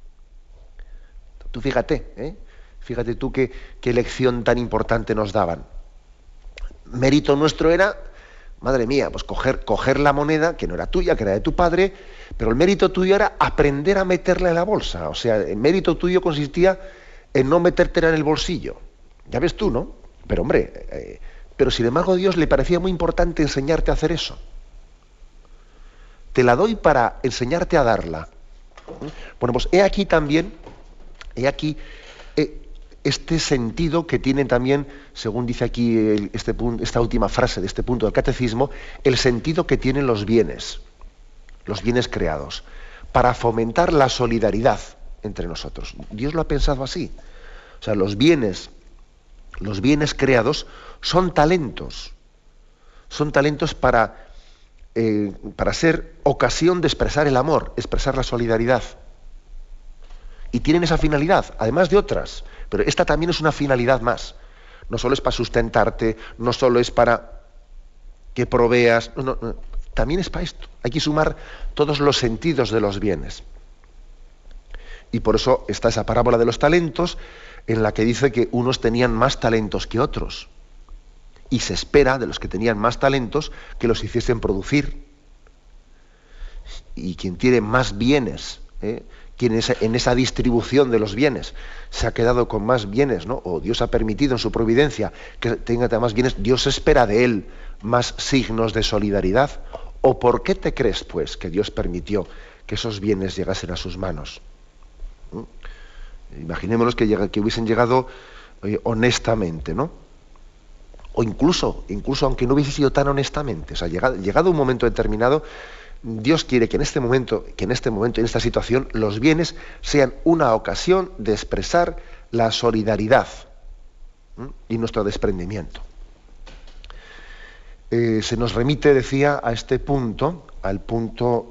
Tú fíjate tú qué lección tan importante nos daban. Mérito nuestro era, madre mía, pues coger la moneda, que no era tuya, que era de tu padre, pero el mérito tuyo era aprender a meterla en la bolsa. O sea, el mérito tuyo consistía en no metértela en el bolsillo. Ya ves tú, ¿no? Pero hombre, pero sin embargo a Dios le parecía muy importante enseñarte a hacer eso. Te la doy para enseñarte a darla. Bueno, pues he aquí este sentido que tiene también, según dice aquí esta última frase de este punto del Catecismo, el sentido que tienen los bienes creados, para fomentar la solidaridad entre nosotros. Dios lo ha pensado así. O sea, los bienes creados son talentos para ser ocasión de expresar el amor, expresar la solidaridad. y tienen esa finalidad, además de otras, pero esta también es una finalidad más. No solo es para sustentarte, no solo es para que proveas, no, también es para esto. Hay que sumar todos los sentidos de los bienes. Y por eso está esa parábola de los talentos, en la que dice que unos tenían más talentos que otros. Y se espera de los que tenían más talentos que los hiciesen producir. Y quien tiene más bienes, quien en esa distribución de los bienes se ha quedado con más bienes, ¿no? O Dios ha permitido en su providencia que tenga más bienes, Dios espera de él más signos de solidaridad. ¿O por qué te crees, pues, que Dios permitió que esos bienes llegasen a sus manos? Imaginémonos que hubiesen llegado honestamente, ¿no? O incluso aunque no hubiese sido tan honestamente, o sea, llegado un momento determinado, Dios quiere que en este momento, en esta situación, los bienes sean una ocasión de expresar la solidaridad y nuestro desprendimiento. Se nos remite, decía, a este punto, al punto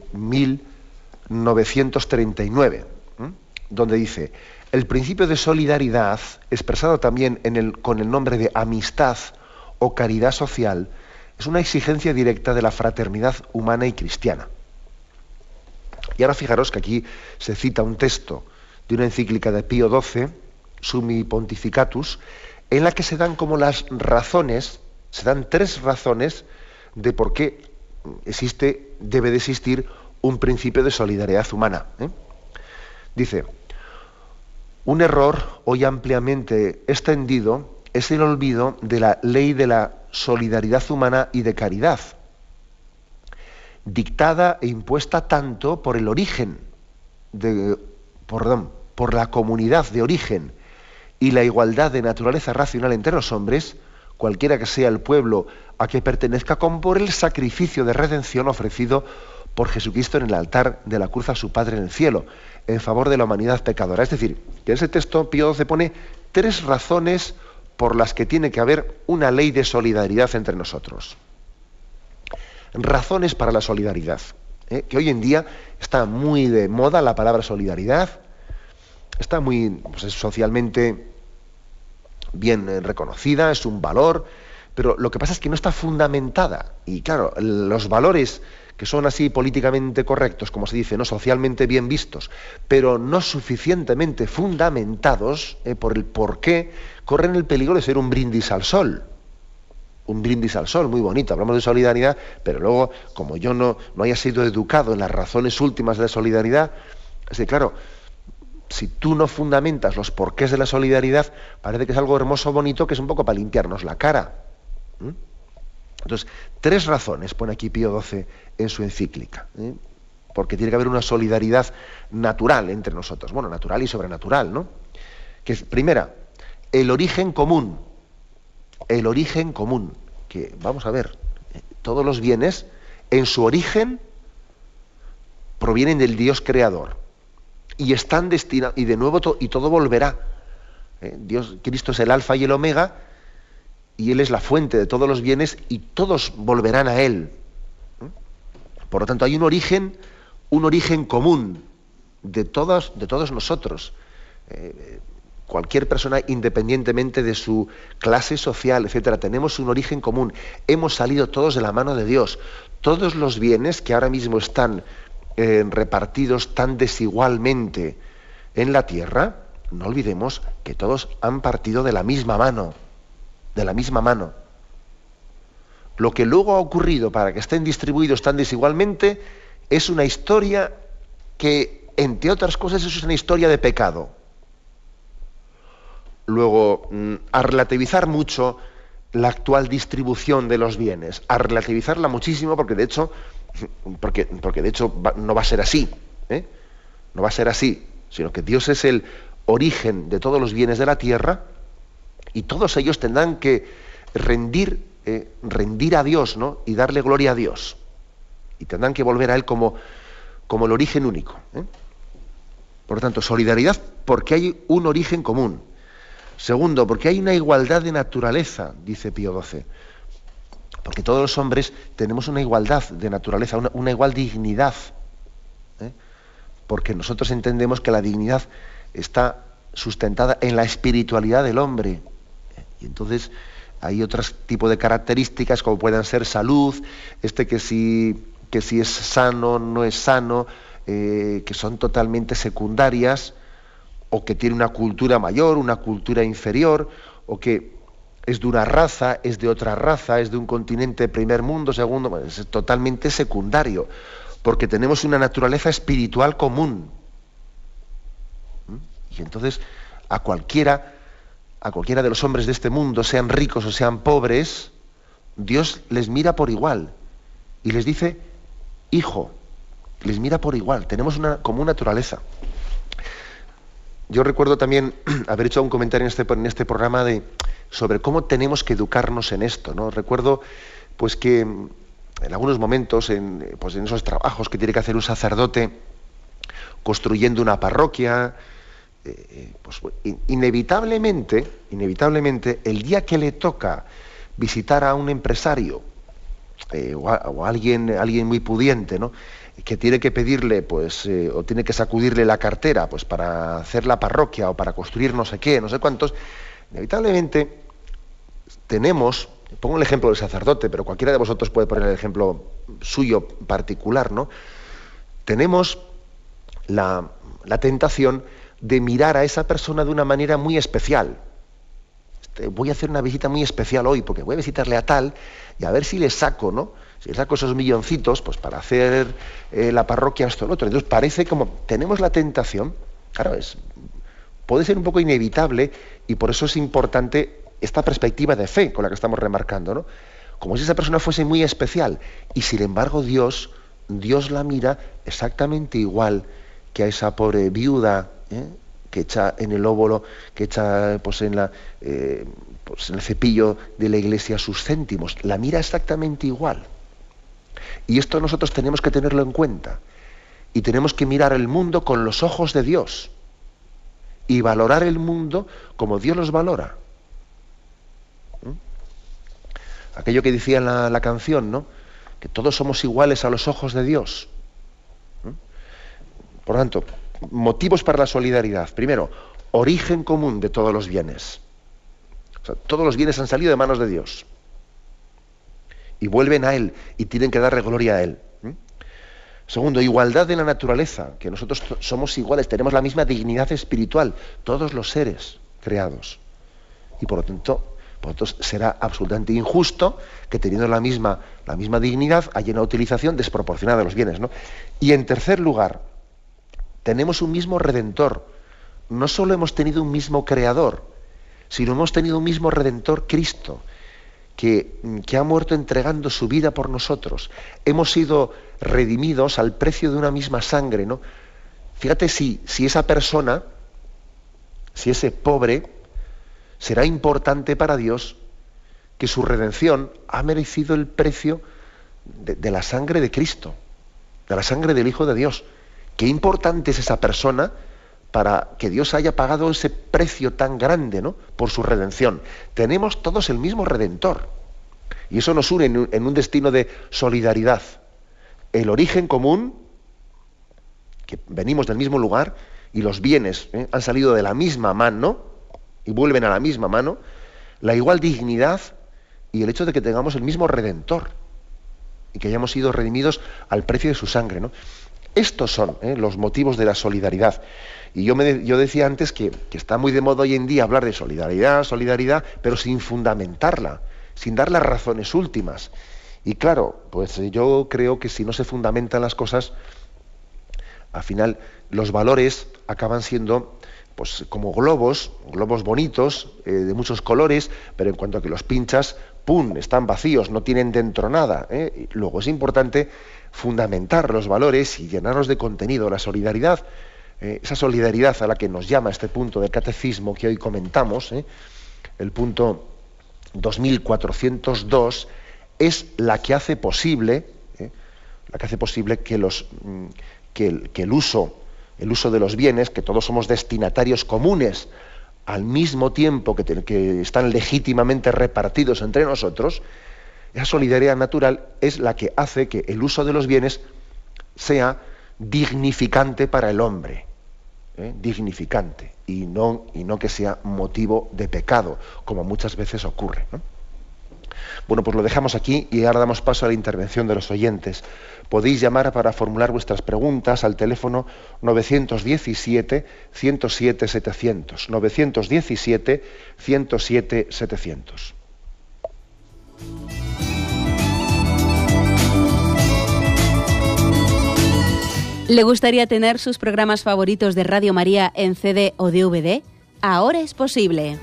1939, donde dice: el principio de solidaridad, expresado también con el nombre de amistad o caridad social, es una exigencia directa de la fraternidad humana y cristiana. Y ahora fijaros que aquí se cita un texto de una encíclica de Pío XII, Summi Pontificatus, en la que se dan como las razones, se dan 3 razones de por qué debe de existir un principio de solidaridad humana. Dice: un error hoy ampliamente extendido es el olvido de la ley de la solidaridad humana y de caridad, dictada e impuesta tanto por el origen, por la comunidad de origen y la igualdad de naturaleza racional entre los hombres, cualquiera que sea el pueblo a que pertenezca, como por el sacrificio de redención ofrecido por Jesucristo en el altar de la cruz a su Padre en el cielo, en favor de la humanidad pecadora. Es decir, que en ese texto Pío XII pone 3 razones por las que tiene que haber una ley de solidaridad entre nosotros. Razones para la solidaridad, que hoy en día está muy de moda la palabra solidaridad, está muy es socialmente bien reconocida, es un valor, pero lo que pasa es que no está fundamentada. Y claro, los valores que son así políticamente correctos, como se dice, no socialmente bien vistos, pero no suficientemente fundamentados por el porqué, corren el peligro de ser un brindis al sol. Un brindis al sol, muy bonito, hablamos de solidaridad, pero luego, como yo no haya sido educado en las razones últimas de la solidaridad, es decir, claro, si tú no fundamentas los porqués de la solidaridad, parece que es algo hermoso, bonito, que es un poco para limpiarnos la cara. Entonces, 3 razones pone aquí Pío XII en su encíclica, porque tiene que haber una solidaridad natural entre nosotros, bueno, natural y sobrenatural, ¿no? Que es, primera, el origen común, que vamos a ver, todos los bienes en su origen provienen del Dios creador y están destinados, y de nuevo y todo volverá. Cristo es el alfa y el omega, y Él es la fuente de todos los bienes y todos volverán a Él. Por lo tanto, hay un origen común de todos nosotros. Cualquier persona, independientemente de su clase social, etcétera, tenemos un origen común. Hemos salido todos de la mano de Dios. Todos los bienes que ahora mismo están repartidos tan desigualmente en la tierra, no olvidemos que todos han partido de la misma mano. Lo que luego ha ocurrido para que estén distribuidos tan desigualmente es una historia que, entre otras cosas, es una historia de pecado. Luego, a relativizar mucho la actual distribución de los bienes, a relativizarla muchísimo, porque de hecho no va a ser así, no va a ser así, sino que Dios es el origen de todos los bienes de la tierra, y todos ellos tendrán que rendir a Dios, ¿no? Y darle gloria a Dios. Y tendrán que volver a Él como el origen único. Por lo tanto, solidaridad porque hay un origen común. Segundo, porque hay una igualdad de naturaleza, dice Pío XII. Porque todos los hombres tenemos una igualdad de naturaleza, una igual dignidad. porque nosotros entendemos que la dignidad está sustentada en la espiritualidad del hombre. Y entonces hay otros tipos de características, como puedan ser salud, que si es sano, no es sano, que son totalmente secundarias, o que tiene una cultura mayor, una cultura inferior, o que es de una raza, es de otra raza, es de un continente primer mundo, segundo, es totalmente secundario, porque tenemos una naturaleza espiritual común. Y entonces a cualquiera de los hombres de este mundo, sean ricos o sean pobres, Dios les mira por igual y les dice hijo, les mira por igual, tenemos una común naturaleza. Yo recuerdo también haber hecho un comentario en este programa sobre cómo tenemos que educarnos en esto, ¿no? Recuerdo pues que en algunos momentos, en esos trabajos que tiene que hacer un sacerdote construyendo una parroquia, pues inevitablemente, el día que le toca visitar a un empresario o a alguien muy pudiente, ¿no?, que tiene que pedirle, pues, o tiene que sacudirle la cartera, pues, para hacer la parroquia o para construir no sé qué, no sé cuántos, inevitablemente tenemos, pongo el ejemplo del sacerdote, pero cualquiera de vosotros puede poner el ejemplo suyo particular, ¿no? Tenemos la tentación de mirar a esa persona de una manera muy especial. Voy a hacer una visita muy especial hoy, porque voy a visitarle a tal, y a ver si le saco, ¿no? Si le saco esos milloncitos, pues para hacer la parroquia, esto, lo otro. Entonces parece como, tenemos la tentación, claro, puede ser un poco inevitable, y por eso es importante esta perspectiva de fe con la que estamos remarcando, ¿no? Como si esa persona fuese muy especial, y sin embargo Dios la mira exactamente igual que a esa pobre viuda, que echa en el óvulo, que echa pues en el cepillo de la iglesia sus céntimos, la mira exactamente igual. Y esto nosotros tenemos que tenerlo en cuenta, y tenemos que mirar el mundo con los ojos de Dios y valorar el mundo como Dios los valora. Aquello que decía la canción, ¿no?, que todos somos iguales a los ojos de Dios. Por lo tanto, motivos para la solidaridad. Primero, origen común de todos los bienes. O sea, todos los bienes han salido de manos de Dios y vuelven a Él y tienen que darle gloria a Él. Segundo, igualdad de la naturaleza, que nosotros somos iguales, tenemos la misma dignidad espiritual, todos los seres creados. Y por lo tanto será absolutamente injusto que teniendo la misma dignidad haya una utilización desproporcionada de los bienes, ¿no? Y en tercer lugar, tenemos un mismo Redentor. No solo hemos tenido un mismo Creador, sino hemos tenido un mismo Redentor, Cristo, que ha muerto entregando su vida por nosotros. Hemos sido redimidos al precio de una misma sangre, ¿no? Fíjate si esa persona, si ese pobre, será importante para Dios, que su redención ha merecido el precio de la sangre de Cristo, de la sangre del Hijo de Dios. Qué importante es esa persona para que Dios haya pagado ese precio tan grande, ¿no?, por su redención. Tenemos todos el mismo Redentor. Y eso nos une en un destino de solidaridad. El origen común, que venimos del mismo lugar, y los bienes han salido de la misma mano, y vuelven a la misma mano, la igual dignidad y el hecho de que tengamos el mismo Redentor, y que hayamos sido redimidos al precio de su sangre, ¿no? Estos son los motivos de la solidaridad. Y yo decía antes que está muy de moda hoy en día hablar de solidaridad, pero sin fundamentarla, sin dar las razones últimas. Y claro, pues yo creo que si no se fundamentan las cosas, al final los valores acaban siendo pues como globos bonitos, de muchos colores, pero en cuanto a que los pinchas, ¡pum!, están vacíos, no tienen dentro nada. Y luego es importante fundamentar los valores y llenarlos de contenido. La solidaridad, esa solidaridad a la que nos llama este punto del catecismo que hoy comentamos, el punto 2402, es la que hace posible, que el uso de los bienes, que todos somos destinatarios comunes al mismo tiempo que están legítimamente repartidos entre nosotros, esa solidaridad natural es la que hace que el uso de los bienes sea dignificante para el hombre, dignificante, y no que sea motivo de pecado, como muchas veces ocurre, ¿no? Bueno, pues lo dejamos aquí y ahora damos paso a la intervención de los oyentes. Podéis llamar para formular vuestras preguntas al teléfono 917-107-700. 917-107-700. ¿Le gustaría tener sus programas favoritos de Radio María en CD o DVD? Ahora es posible.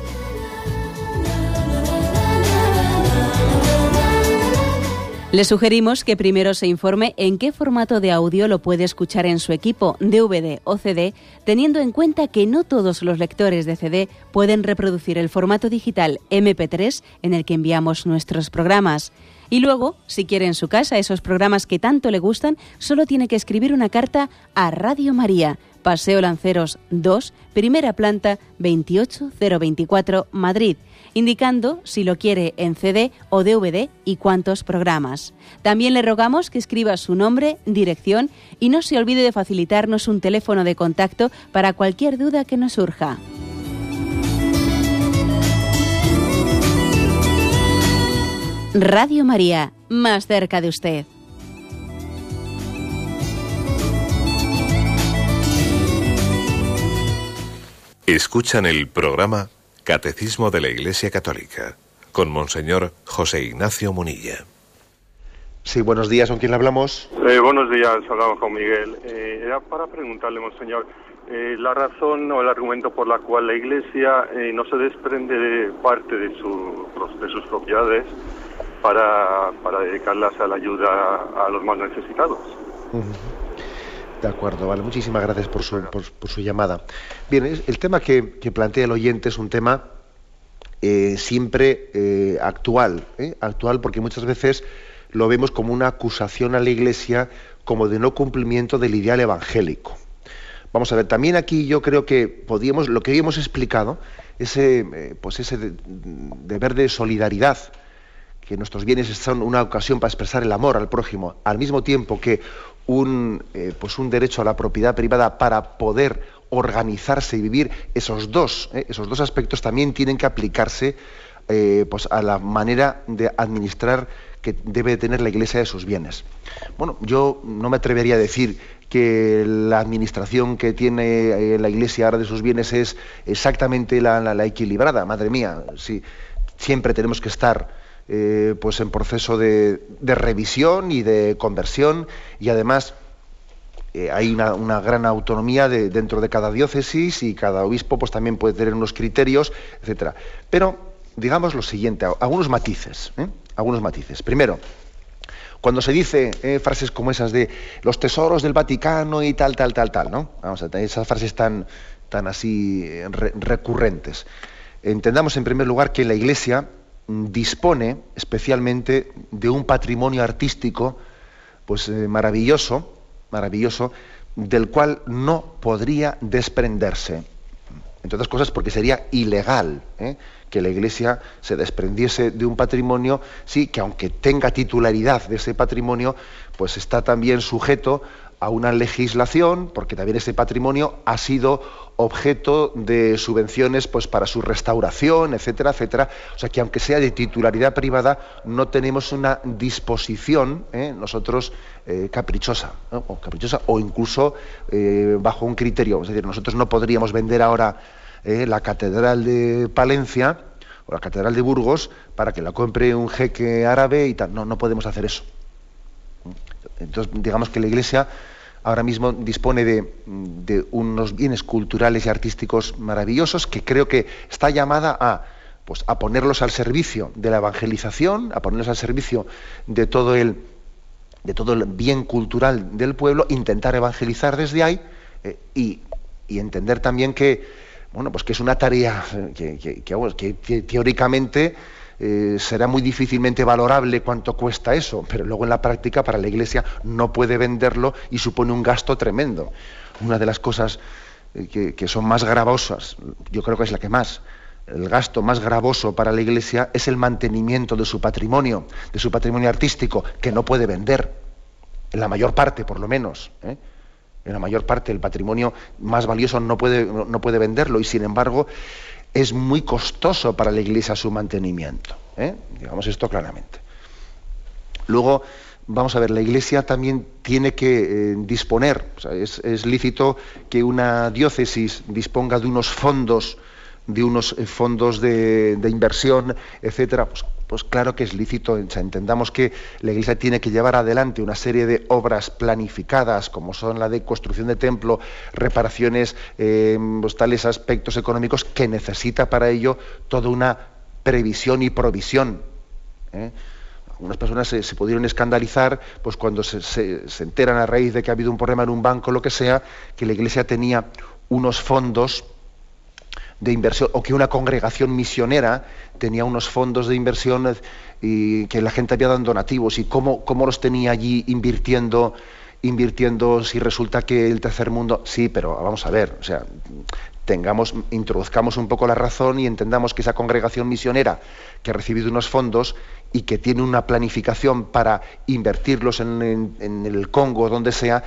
Le sugerimos que primero se informe en qué formato de audio lo puede escuchar en su equipo, DVD o CD, teniendo en cuenta que no todos los lectores de CD pueden reproducir el formato digital MP3 en el que enviamos nuestros programas. Y luego, si quiere en su casa esos programas que tanto le gustan, solo tiene que escribir una carta a Radio María, Paseo Lanceros 2, primera planta, 28024, Madrid, indicando si lo quiere en CD o DVD y cuántos programas. También le rogamos que escriba su nombre, dirección y no se olvide de facilitarnos un teléfono de contacto para cualquier duda que nos surja. Radio María, más cerca de usted. Escuchan el programa Catecismo de la Iglesia Católica con Monseñor José Ignacio Munilla. Sí, buenos días, ¿con quién le hablamos? Buenos días, hablamos con Miguel. Era para preguntarle, Monseñor, la razón o el argumento por la cual la Iglesia no se desprende de parte de sus propiedades para dedicarlas a la ayuda a los más necesitados. De acuerdo, vale, muchísimas gracias por su llamada. Bien, el tema que plantea el oyente es un tema siempre actual porque muchas veces lo vemos como una acusación a la Iglesia como de no cumplimiento del ideal evangélico. Vamos a ver, también aquí yo creo que lo que hoy hemos explicado, ese deber de solidaridad, que nuestros bienes son una ocasión para expresar el amor al prójimo, al mismo tiempo que un derecho a la propiedad privada para poder organizarse y vivir, esos dos aspectos también tienen que aplicarse a la manera de administrar que debe tener la Iglesia de sus bienes. Bueno, yo no me atrevería a decir que la administración que tiene la Iglesia ahora de sus bienes es exactamente la equilibrada. Madre mía, sí, siempre tenemos que estar en proceso de revisión y de conversión, y además hay una gran autonomía dentro de cada diócesis, y cada obispo pues también puede tener unos criterios, etcétera. Pero digamos lo siguiente, algunos matices. Primero, cuando se dice frases como esas de los tesoros del Vaticano y tal, ¿no? Vamos a tener esas frases tan así recurrentes. Entendamos en primer lugar que la Iglesia dispone especialmente de un patrimonio artístico maravilloso, del cual no podría desprenderse. Entre otras cosas porque sería ilegal que la Iglesia se desprendiese de un patrimonio, sí, que aunque tenga titularidad de ese patrimonio, pues está también sujeto a una legislación, porque también ese patrimonio ha sido objeto de subvenciones pues para su restauración, etcétera, etcétera. O sea que aunque sea de titularidad privada, no tenemos una disposición nosotros caprichosa, ¿no? o incluso bajo un criterio. Es decir, nosotros no podríamos vender ahora la Catedral de Palencia o la Catedral de Burgos para que la compre un jeque árabe y tal. No podemos hacer eso. Entonces, digamos que la Iglesia ahora mismo dispone de unos bienes culturales y artísticos maravillosos que creo que está llamada a ponerlos al servicio de la evangelización, a ponerlos al servicio de todo el bien cultural del pueblo, intentar evangelizar desde ahí y entender también que es una tarea que teóricamente será muy difícilmente valorable cuánto cuesta eso, pero luego en la práctica para la Iglesia no puede venderlo y supone un gasto tremendo. Una de las cosas que son más gravosas, yo creo que es el gasto más gravoso para la Iglesia es el mantenimiento de su patrimonio artístico, que no puede vender. en la mayor parte por lo menos, en la mayor parte el patrimonio más valioso no puede venderlo, y sin embargo es muy costoso para la Iglesia su mantenimiento, digamos esto claramente. Luego, vamos a ver, la Iglesia también tiene que disponer, o sea, es lícito que una diócesis disponga de unos fondos de inversión, etcétera. Pues claro que es lícito. O sea, entendamos que la Iglesia tiene que llevar adelante una serie de obras planificadas, como son la de construcción de templo, reparaciones, pues tales aspectos económicos, que necesita para ello toda una previsión y provisión. Algunas personas se pudieron escandalizar pues cuando se enteran a raíz de que ha habido un problema en un banco, lo que sea, que la Iglesia tenía unos fondos de inversión, o que una congregación misionera tenía unos fondos de inversión y que la gente había dado donativos, y cómo los tenía allí invirtiendo si resulta que el tercer mundo... Sí, pero vamos a ver, o sea, introduzcamos un poco la razón y entendamos que esa congregación misionera que ha recibido unos fondos y que tiene una planificación para invertirlos en el Congo, donde sea,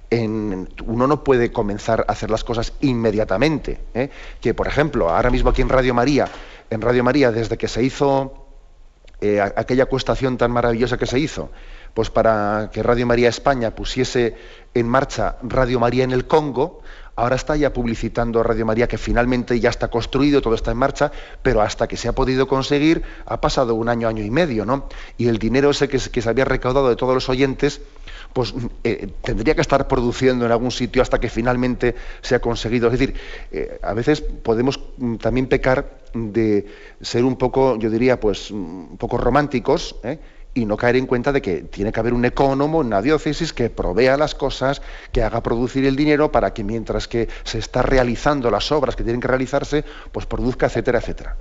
uno no puede comenzar a hacer las cosas inmediatamente, que por ejemplo ahora mismo aquí en Radio María, desde que se hizo aquella acuestación tan maravillosa que se hizo, pues para que Radio María España pusiese en marcha Radio María en el Congo, ahora está ya publicitando Radio María, que finalmente ya está construido, todo está en marcha, pero hasta que se ha podido conseguir ha pasado un año, año y medio, ¿no? Y el dinero ese que se había recaudado de todos los oyentes, pues tendría que estar produciendo en algún sitio hasta que finalmente se ha conseguido. Es decir, a veces podemos también pecar de ser un poco, yo diría, pues un poco románticos, y no caer en cuenta de que tiene que haber un ecónomo en una diócesis que provea las cosas, que haga producir el dinero para que mientras que se está realizando las obras que tienen que realizarse, pues produzca, etcétera, etcétera.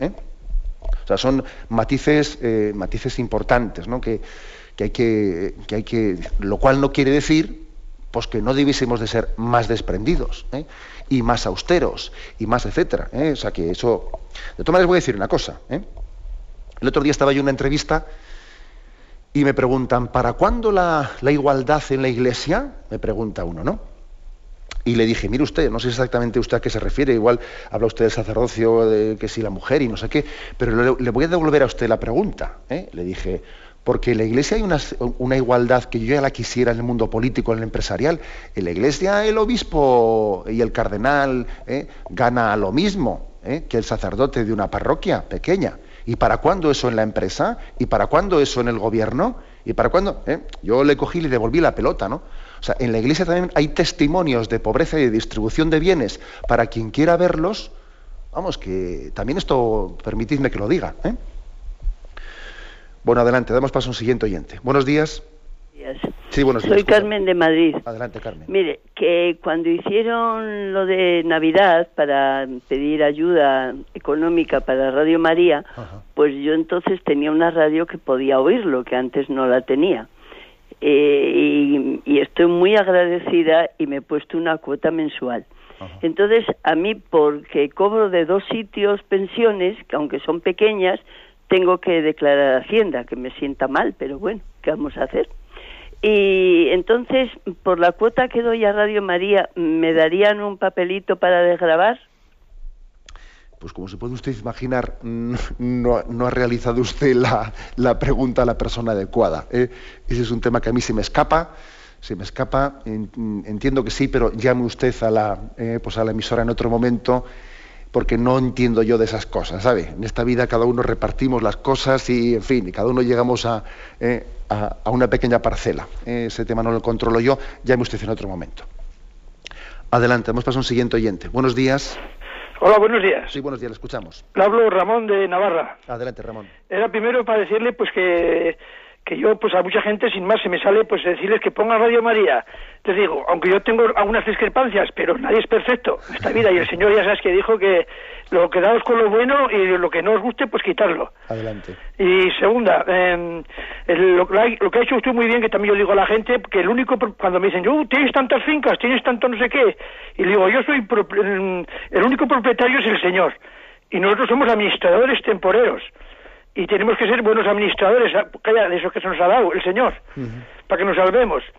O sea, son matices importantes, ¿no? que hay que, lo cual no quiere decir pues que no debiésemos de ser más desprendidos, y más austeros y más, etcétera. O sea, que eso... De todas maneras voy a decir una cosa. El otro día estaba yo en una entrevista y me preguntan, ¿para cuándo la igualdad en la Iglesia? Me pregunta uno, ¿no? Y le dije, mire usted, no sé exactamente usted a qué se refiere, igual habla usted del sacerdocio, de que si la mujer y no sé qué, pero le voy a devolver a usted la pregunta. Le dije, porque en la Iglesia hay una igualdad que yo ya la quisiera en el mundo político, en el empresarial. En la Iglesia el obispo y el cardenal gana lo mismo que el sacerdote de una parroquia pequeña. ¿Y para cuándo eso en la empresa? ¿Y para cuándo eso en el gobierno? ¿Y para cuándo? Yo le cogí y le devolví la pelota, ¿no? O sea, en la Iglesia también hay testimonios de pobreza y de distribución de bienes para quien quiera verlos. Vamos, que también esto, permitidme que lo diga. Bueno, adelante, damos paso a un siguiente oyente. Buenos días. Sí, buenos días. Soy Carmen de Madrid. Adelante, Carmen. Mire, que cuando hicieron lo de Navidad para pedir ayuda económica para Radio María, ajá, pues yo entonces tenía una radio que podía oírlo, que antes no la tenía. Y estoy muy agradecida y me he puesto una cuota mensual. Ajá. Entonces, a mí, porque cobro de 2 sitios pensiones, que aunque son pequeñas, tengo que declarar a Hacienda, que me sienta mal, pero bueno, ¿qué vamos a hacer? Y entonces, por la cuota que doy a Radio María, ¿me darían un papelito para desgravar? Pues como se puede usted imaginar, no ha realizado usted la pregunta a la persona adecuada. Ese es un tema que a mí se me escapa, entiendo que sí, pero llame usted a la emisora en otro momento, porque no entiendo yo de esas cosas, ¿sabe? En esta vida cada uno repartimos las cosas y, en fin, y cada uno llegamos a una pequeña parcela. Ese tema no lo controlo yo, llame usted en otro momento. Adelante, vamos a pasar a un siguiente oyente. Buenos días. Hola, buenos días. Sí, buenos días, le escuchamos. Le hablo Ramón de Navarra. Adelante, Ramón. Era primero para decirle pues que yo pues a mucha gente sin más se me sale pues decirles que pongan Radio María. Les digo, aunque yo tengo algunas discrepancias, pero nadie es perfecto en esta vida y el Señor ya sabes que dijo que lo quedaos con lo bueno y lo que no os guste pues quitarlo. Adelante. Y segunda, lo que ha hecho usted muy bien, que también yo digo a la gente, que el único, cuando me dicen, tienes tantas fincas, tienes tanto no sé qué, y le digo, yo soy el único propietario es el Señor, y nosotros somos administradores temporeros, y tenemos que ser buenos administradores de eso que se nos ha dado el Señor, para que nos salvemos.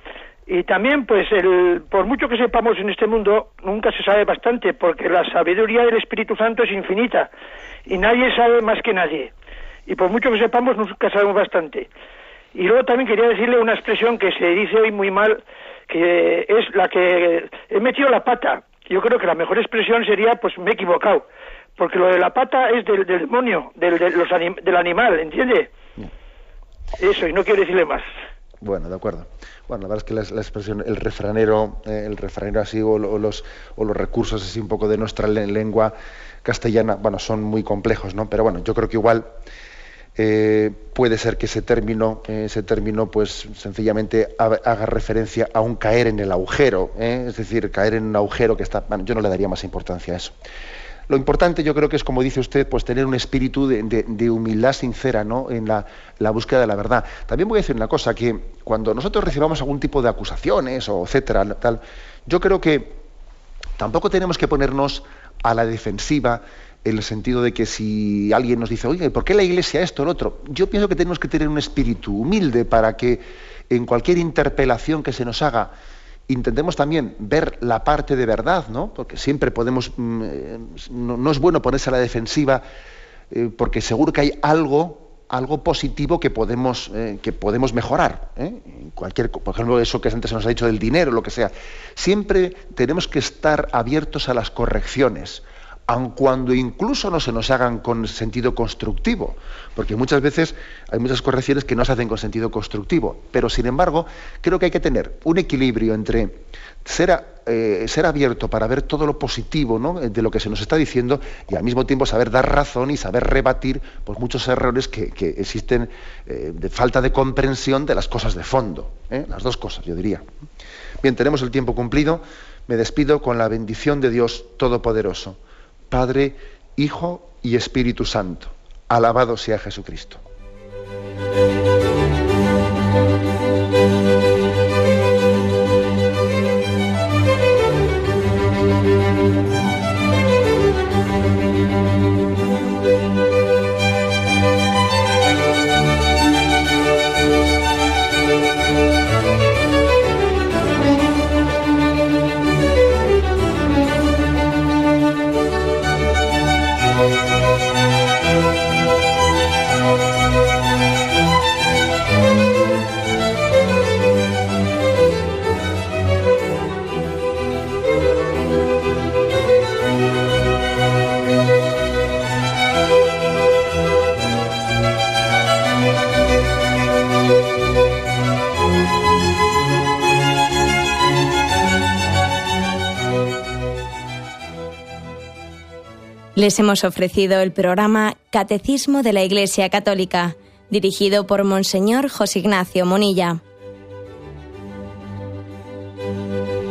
Y también, pues, por mucho que sepamos en este mundo, nunca se sabe bastante, porque la sabiduría del Espíritu Santo es infinita, y nadie sabe más que nadie. Y por mucho que sepamos, nunca sabemos bastante. Y luego también quería decirle una expresión que se dice hoy muy mal, que es la que he metido la pata. Yo creo que la mejor expresión sería, pues, me he equivocado, porque lo de la pata es del demonio, del animal, ¿entiende? Eso, y no quiero decirle más. Bueno, de acuerdo. Bueno, la verdad es que la expresión, el refranero así, o los recursos así un poco de nuestra lengua castellana, bueno, son muy complejos, ¿no? Pero bueno, yo creo que igual puede ser que ese término, pues sencillamente haga referencia a un caer en el agujero, es decir, caer en un agujero que está. Bueno, yo no le daría más importancia a eso. Lo importante, yo creo que es, como dice usted, pues tener un espíritu de humildad sincera, ¿no?, en la búsqueda de la verdad. También voy a decir una cosa, que cuando nosotros recibamos algún tipo de acusaciones o etcétera, tal, yo creo que tampoco tenemos que ponernos a la defensiva, en el sentido de que si alguien nos dice, oye, ¿por qué la Iglesia esto o lo otro? Yo pienso que tenemos que tener un espíritu humilde para que en cualquier interpelación que se nos haga intentemos también ver la parte de verdad, ¿no? Porque siempre podemos, no es bueno ponerse a la defensiva, porque seguro que hay algo positivo que podemos mejorar, por ejemplo, eso que antes se nos ha dicho del dinero, lo que sea. Siempre tenemos que estar abiertos a las correcciones, aun cuando incluso no se nos hagan con sentido constructivo, porque muchas veces hay muchas correcciones que no se hacen con sentido constructivo, pero sin embargo creo que hay que tener un equilibrio entre ser abierto para ver todo lo positivo, ¿no?, de lo que se nos está diciendo, y al mismo tiempo saber dar razón y saber rebatir, pues, muchos errores que existen, de falta de comprensión de las cosas de fondo, las dos cosas, yo diría. Bien, tenemos el tiempo cumplido. Me despido con la bendición de Dios Todopoderoso, Padre, Hijo y Espíritu Santo. Alabado sea Jesucristo. Les hemos ofrecido el programa Catecismo de la Iglesia Católica, dirigido por Monseñor José Ignacio Munilla.